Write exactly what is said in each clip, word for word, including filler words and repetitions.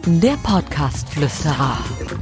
Der Podcast-Flüsterer.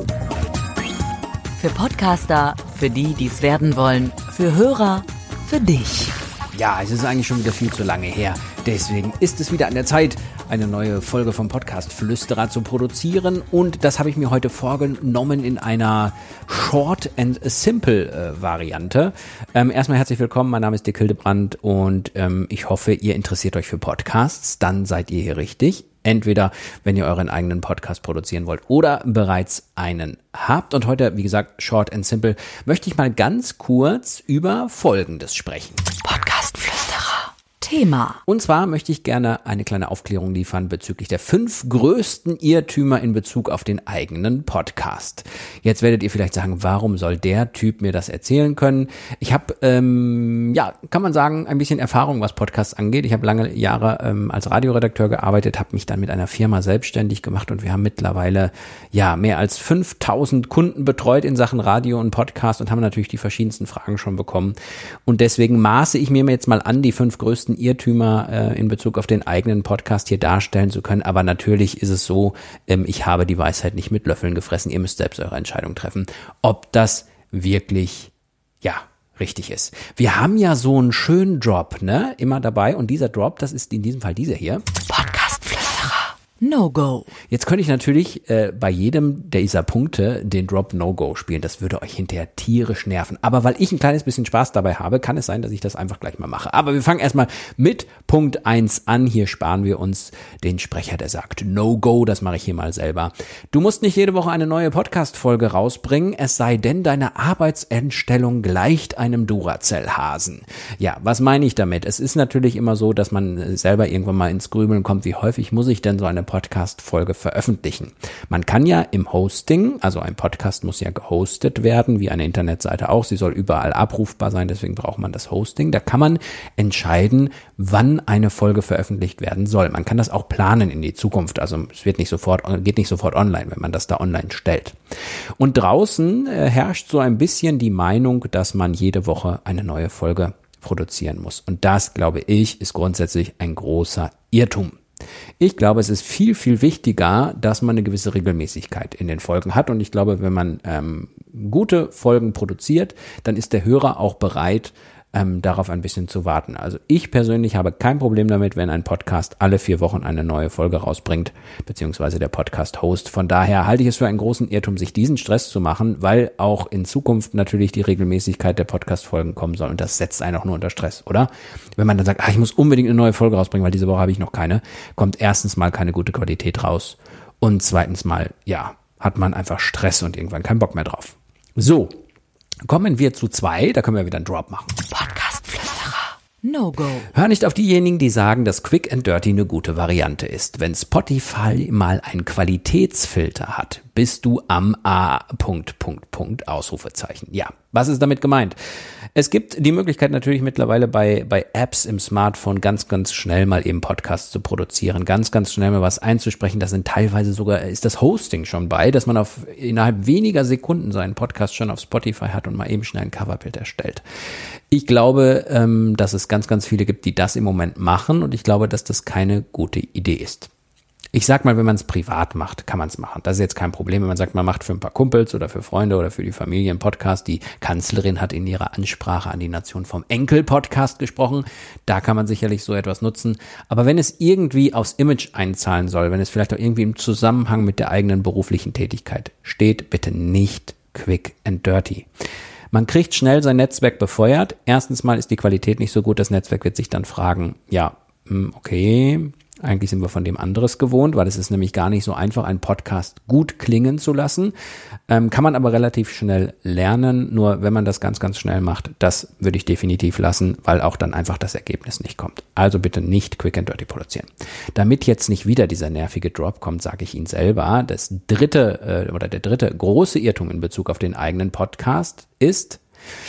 Für Podcaster, für die, die es werden wollen, für Hörer, für dich. Ja, es ist eigentlich schon wieder viel zu lange her. Deswegen ist es wieder an der Zeit, eine neue Folge vom Podcast Flüsterer zu produzieren. Und das habe ich mir heute vorgenommen in einer Short and Simple äh, Variante. Ähm, erstmal herzlich willkommen, mein Name ist Dick Hildebrand und ähm, ich hoffe, ihr interessiert euch für Podcasts. Dann seid ihr hier richtig. Entweder, wenn ihr euren eigenen Podcast produzieren wollt oder bereits einen habt. Und heute, wie gesagt, Short and Simple, möchte ich mal ganz kurz über Folgendes sprechen. Podcast-Flüsterer. Thema. Und zwar möchte ich gerne eine kleine Aufklärung liefern bezüglich der fünf größten Irrtümer in Bezug auf den eigenen Podcast. Jetzt werdet ihr vielleicht sagen, warum soll der Typ mir das erzählen können? Ich habe, ähm, ja, kann man sagen, ein bisschen Erfahrung, was Podcasts angeht. Ich habe lange Jahre ähm, als Radioredakteur gearbeitet, habe mich dann mit einer Firma selbstständig gemacht und wir haben mittlerweile ja mehr als fünftausend Kunden betreut in Sachen Radio und Podcast und haben natürlich die verschiedensten Fragen schon bekommen. Und deswegen maße ich mir jetzt mal an, die fünf größten Irrtümer äh, in Bezug auf den eigenen Podcast hier darstellen zu können. Aber natürlich ist es so, ähm, ich habe die Weisheit nicht mit Löffeln gefressen. Ihr müsst selbst eure Entscheidung treffen, ob das wirklich, ja, richtig ist. Wir haben ja so einen schönen Drop, ne, immer dabei. Und dieser Drop, das ist in diesem Fall dieser hier. Podcast-Flüsterer. No-Go. Jetzt könnte ich natürlich äh, bei jedem dieser Punkte den Drop No-Go spielen. Das würde euch hinterher tierisch nerven. Aber weil ich ein kleines bisschen Spaß dabei habe, kann es sein, dass ich das einfach gleich mal mache. Aber wir fangen erstmal mit Punkt eins an. Hier sparen wir uns den Sprecher, der sagt No-Go. Das mache ich hier mal selber. Du musst nicht jede Woche eine neue Podcast-Folge rausbringen, es sei denn, deine Arbeitsentstellung gleicht einem Duracell-Hasen. Ja, was meine ich damit? Es ist natürlich immer so, dass man selber irgendwann mal ins Grübeln kommt, wie häufig muss ich denn so eine Podcast-Folge veröffentlichen. Man kann ja im Hosting, also ein Podcast muss ja gehostet werden, wie eine Internetseite auch, sie soll überall abrufbar sein, deswegen braucht man das Hosting. Da kann man entscheiden, wann eine Folge veröffentlicht werden soll. Man kann das auch planen in die Zukunft, also es wird nicht sofort, geht nicht sofort online, wenn man das da online stellt. Und draußen äh, herrscht so ein bisschen die Meinung, dass man jede Woche eine neue Folge produzieren muss. Und das, glaube ich, ist grundsätzlich ein großer Irrtum. Ich glaube, es ist viel, viel wichtiger, dass man eine gewisse Regelmäßigkeit in den Folgen hat. Und ich glaube, wenn man ähm, gute Folgen produziert, dann ist der Hörer auch bereit, ähm, darauf ein bisschen zu warten. Also ich persönlich habe kein Problem damit, wenn ein Podcast alle vier Wochen eine neue Folge rausbringt, beziehungsweise der Podcast-Host. Von daher halte ich es für einen großen Irrtum, sich diesen Stress zu machen, weil auch in Zukunft natürlich die Regelmäßigkeit der Podcast-Folgen kommen soll. Und das setzt einen auch nur unter Stress, oder? Wenn man dann sagt, ach, ich muss unbedingt eine neue Folge rausbringen, weil diese Woche habe ich noch keine, kommt erstens mal keine gute Qualität raus und zweitens mal, ja, hat man einfach Stress und irgendwann keinen Bock mehr drauf. So. Kommen wir zu zwei, da können wir wieder einen Drop machen. Podcast-Flüsterer. No-Go. Hör nicht auf diejenigen, die sagen, dass Quick and Dirty eine gute Variante ist. Wenn Spotify mal einen Qualitätsfilter hat, bist du am A. Punkt, Punkt, Punkt, Ausrufezeichen. Ja, was ist damit gemeint? Es gibt die Möglichkeit natürlich mittlerweile bei bei Apps im Smartphone ganz, ganz schnell mal eben Podcasts zu produzieren, ganz, ganz schnell mal was einzusprechen. Das sind teilweise sogar, ist das Hosting schon bei, dass man auf innerhalb weniger Sekunden seinen Podcast schon auf Spotify hat und mal eben schnell ein Coverbild erstellt. Ich glaube, ähm, dass es ganz, ganz viele gibt, die das im Moment machen und ich glaube, dass das keine gute Idee ist. Ich sag mal, wenn man es privat macht, kann man es machen. Das ist jetzt kein Problem, wenn man sagt, man macht für ein paar Kumpels oder für Freunde oder für die Familie einen Podcast. Die Kanzlerin hat in ihrer Ansprache an die Nation vom Enkel-Podcast gesprochen. Da kann man sicherlich so etwas nutzen. Aber wenn es irgendwie aufs Image einzahlen soll, wenn es vielleicht auch irgendwie im Zusammenhang mit der eigenen beruflichen Tätigkeit steht, bitte nicht quick and dirty. Man kriegt schnell sein Netzwerk befeuert. Erstens mal ist die Qualität nicht so gut. Das Netzwerk wird sich dann fragen, ja, okay, eigentlich sind wir von dem anderes gewohnt, weil es ist nämlich gar nicht so einfach, einen Podcast gut klingen zu lassen. Ähm, kann man aber relativ schnell lernen. Nur wenn man das ganz, ganz schnell macht, das würde ich definitiv lassen, weil auch dann einfach das Ergebnis nicht kommt. Also bitte nicht quick and dirty produzieren. Damit jetzt nicht wieder dieser nervige Drop kommt, sage ich Ihnen selber, das dritte äh, oder der dritte große Irrtum in Bezug auf den eigenen Podcast ist: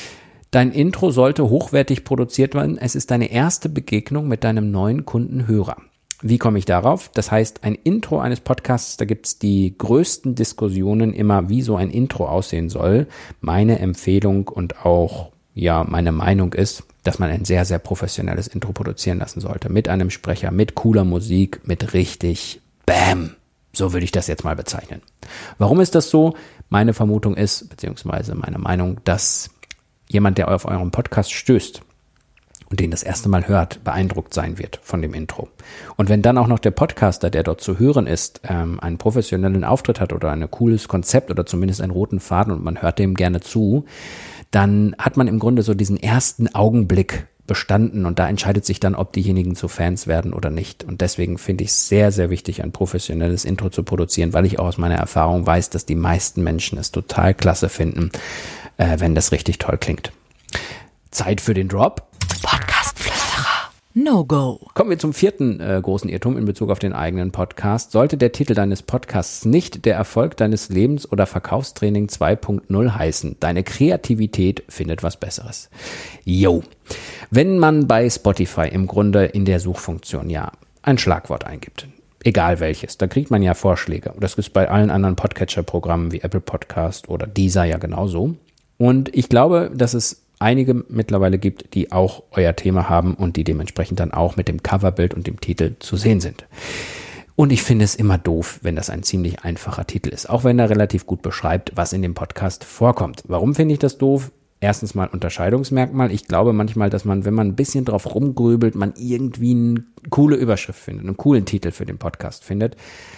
Dein Intro sollte hochwertig produziert werden. Es ist deine erste Begegnung mit deinem neuen Kundenhörer. Wie komme ich darauf? Das heißt, ein Intro eines Podcasts, da gibt's die größten Diskussionen immer, wie so ein Intro aussehen soll. Meine Empfehlung und auch ja meine Meinung ist, dass man ein sehr, sehr professionelles Intro produzieren lassen sollte. Mit einem Sprecher, mit cooler Musik, mit richtig Bam So würde ich das jetzt mal bezeichnen. Warum ist das so? Meine Vermutung ist, beziehungsweise meine Meinung, dass jemand, der auf euren Podcast stößt und den das erste Mal hört, beeindruckt sein wird von dem Intro. Und wenn dann auch noch der Podcaster, der dort zu hören ist, ähm, einen professionellen Auftritt hat oder ein cooles Konzept oder zumindest einen roten Faden und man hört dem gerne zu, dann hat man im Grunde so diesen ersten Augenblick bestanden und da entscheidet sich dann, ob diejenigen zu Fans werden oder nicht. Und deswegen finde ich es sehr, sehr wichtig, ein professionelles Intro zu produzieren, weil ich auch aus meiner Erfahrung weiß, dass die meisten Menschen es total klasse finden, äh, wenn das richtig toll klingt. Zeit für den Drop. Podcastflüsterer. No-Go. Kommen wir zum vierten äh, großen Irrtum in Bezug auf den eigenen Podcast. Sollte der Titel deines Podcasts nicht der Erfolg deines Lebens oder Verkaufstraining zwei Punkt null heißen, deine Kreativität findet was Besseres. Yo. Wenn man bei Spotify im Grunde in der Suchfunktion ja ein Schlagwort eingibt, egal welches, da kriegt man ja Vorschläge. Das ist bei allen anderen Podcatcher-Programmen wie Apple Podcast oder Deezer ja genauso. Und ich glaube, dass es einige mittlerweile gibt, die auch euer Thema haben und die dementsprechend dann auch mit dem Coverbild und dem Titel zu sehen sind. Und ich finde es immer doof, wenn das ein ziemlich einfacher Titel ist, auch wenn er relativ gut beschreibt, was in dem Podcast vorkommt. Warum finde ich das doof? Erstens mal Unterscheidungsmerkmal. Ich glaube manchmal, dass man, wenn man ein bisschen drauf rumgrübelt, man irgendwie eine coole Überschrift findet, einen coolen Titel für den Podcast findet.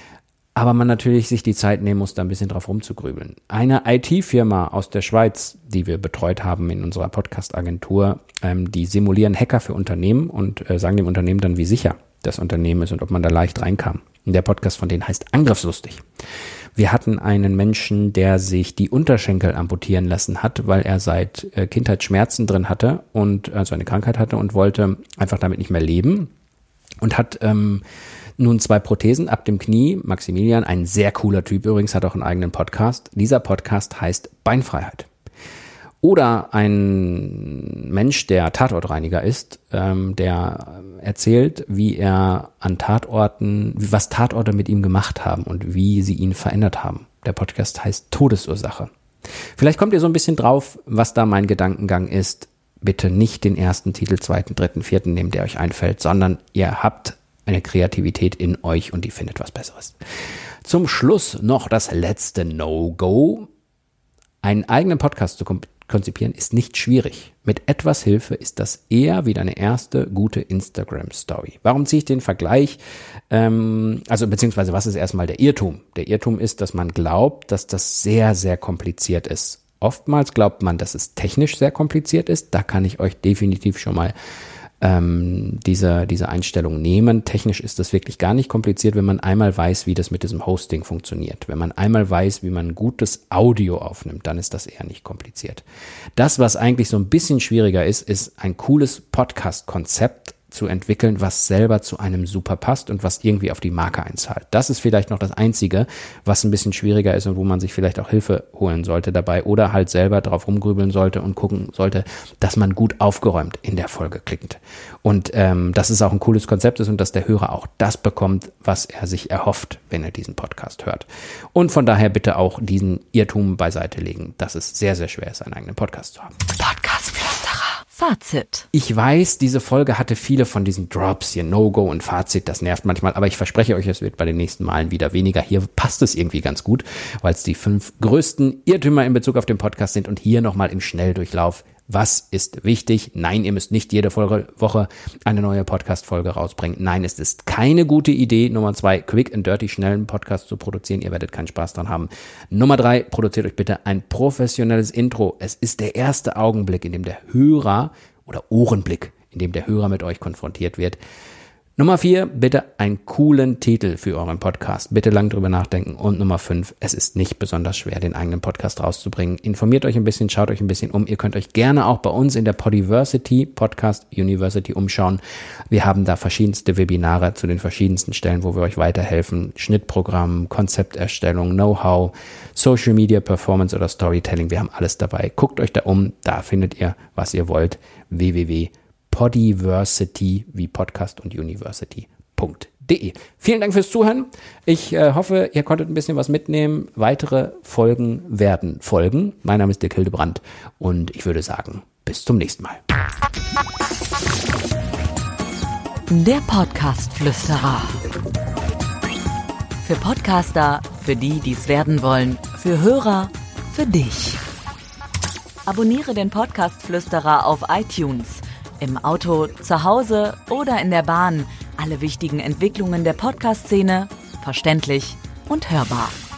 Aber man natürlich sich die Zeit nehmen muss, da ein bisschen drauf rumzugrübeln. Eine I T-Firma aus der Schweiz, die wir betreut haben in unserer Podcast-Agentur, ähm, die simulieren Hacker für Unternehmen und äh, sagen dem Unternehmen dann, wie sicher das Unternehmen ist und ob man da leicht reinkam. Und der Podcast von denen heißt Angriffslustig. Wir hatten einen Menschen, der sich die Unterschenkel amputieren lassen hat, weil er seit äh, Kindheit Schmerzen drin hatte und also eine Krankheit hatte und wollte einfach damit nicht mehr leben und hat ähm, nun zwei Prothesen ab dem Knie. Maximilian, ein sehr cooler Typ übrigens, hat auch einen eigenen Podcast. Dieser Podcast heißt Beinfreiheit. Oder ein Mensch, der Tatortreiniger ist, ähm, der erzählt, wie er an Tatorten, was Tatorte mit ihm gemacht haben und wie sie ihn verändert haben. Der Podcast heißt Todesursache. Vielleicht kommt ihr so ein bisschen drauf, was da mein Gedankengang ist. Bitte nicht den ersten Titel, zweiten, dritten, vierten nehmen, der euch einfällt, sondern ihr habt eine Kreativität in euch und die findet was Besseres. Zum Schluss noch das letzte No-Go. Einen eigenen Podcast zu konzipieren ist nicht schwierig. Mit etwas Hilfe ist das eher wie deine erste gute Instagram-Story. Warum ziehe ich den Vergleich? Ähm, also beziehungsweise was ist erstmal der Irrtum? Der Irrtum ist, dass man glaubt, dass das sehr, sehr kompliziert ist. Oftmals glaubt man, dass es technisch sehr kompliziert ist. Da kann ich euch definitiv schon mal ähm, diese, diese Einstellung nehmen. Technisch ist das wirklich gar nicht kompliziert, wenn man einmal weiß, wie das mit diesem Hosting funktioniert. Wenn man einmal weiß, wie man gutes Audio aufnimmt, dann ist das eher nicht kompliziert. Das, was eigentlich so ein bisschen schwieriger ist, ist ein cooles Podcast-Konzept zu entwickeln, was selber zu einem super passt und was irgendwie auf die Marke einzahlt. Das ist vielleicht noch das Einzige, was ein bisschen schwieriger ist und wo man sich vielleicht auch Hilfe holen sollte dabei oder halt selber drauf rumgrübeln sollte und gucken sollte, dass man gut aufgeräumt in der Folge klingt. Und ähm, dass es auch ein cooles Konzept ist und dass der Hörer auch das bekommt, was er sich erhofft, wenn er diesen Podcast hört. Und von daher bitte auch diesen Irrtum beiseite legen, dass es sehr, sehr schwer ist, einen eigenen Podcast zu haben. Podcastflüsterer. Fazit. Ich weiß, diese Folge hatte viele von diesen Drops hier, No-Go und Fazit, das nervt manchmal, aber ich verspreche euch, es wird bei den nächsten Malen wieder weniger. Hier passt es irgendwie ganz gut, weil es die fünf größten Irrtümer in Bezug auf den Podcast sind und hier nochmal im Schnelldurchlauf. Was ist wichtig? Nein, ihr müsst nicht jede Woche eine neue Podcast-Folge rausbringen. Nein, es ist keine gute Idee. Nummer zwei, quick and dirty, schnell einen Podcast zu produzieren. Ihr werdet keinen Spaß dran haben. Nummer drei, produziert euch bitte ein professionelles Intro. Es ist der erste Augenblick, in dem der Hörer oder Ohrenblick, in dem der Hörer mit euch konfrontiert wird. Nummer vier, bitte einen coolen Titel für euren Podcast. Bitte lang drüber nachdenken. Und Nummer fünf, es ist nicht besonders schwer, den eigenen Podcast rauszubringen. Informiert euch ein bisschen, schaut euch ein bisschen um. Ihr könnt euch gerne auch bei uns in der Podiversity, Podcast University, umschauen. Wir haben da verschiedenste Webinare zu den verschiedensten Stellen, wo wir euch weiterhelfen. Schnittprogramm, Konzepterstellung, Know-how, Social Media Performance oder Storytelling. Wir haben alles dabei. Guckt euch da um. Da findet ihr, was ihr wollt. w w w punkt Podiversity wie Podcast und University punkt de. Vielen Dank fürs Zuhören. Ich äh, hoffe, ihr konntet ein bisschen was mitnehmen. Weitere Folgen werden folgen. Mein Name ist Dirk Hildebrandt und ich würde sagen, bis zum nächsten Mal. Der Podcastflüsterer. Für Podcaster, für die, die es werden wollen, für Hörer, für dich. Abonniere den Podcast-Flüsterer auf iTunes. Im Auto, zu Hause oder in der Bahn. Alle wichtigen Entwicklungen der Podcast-Szene verständlich und hörbar.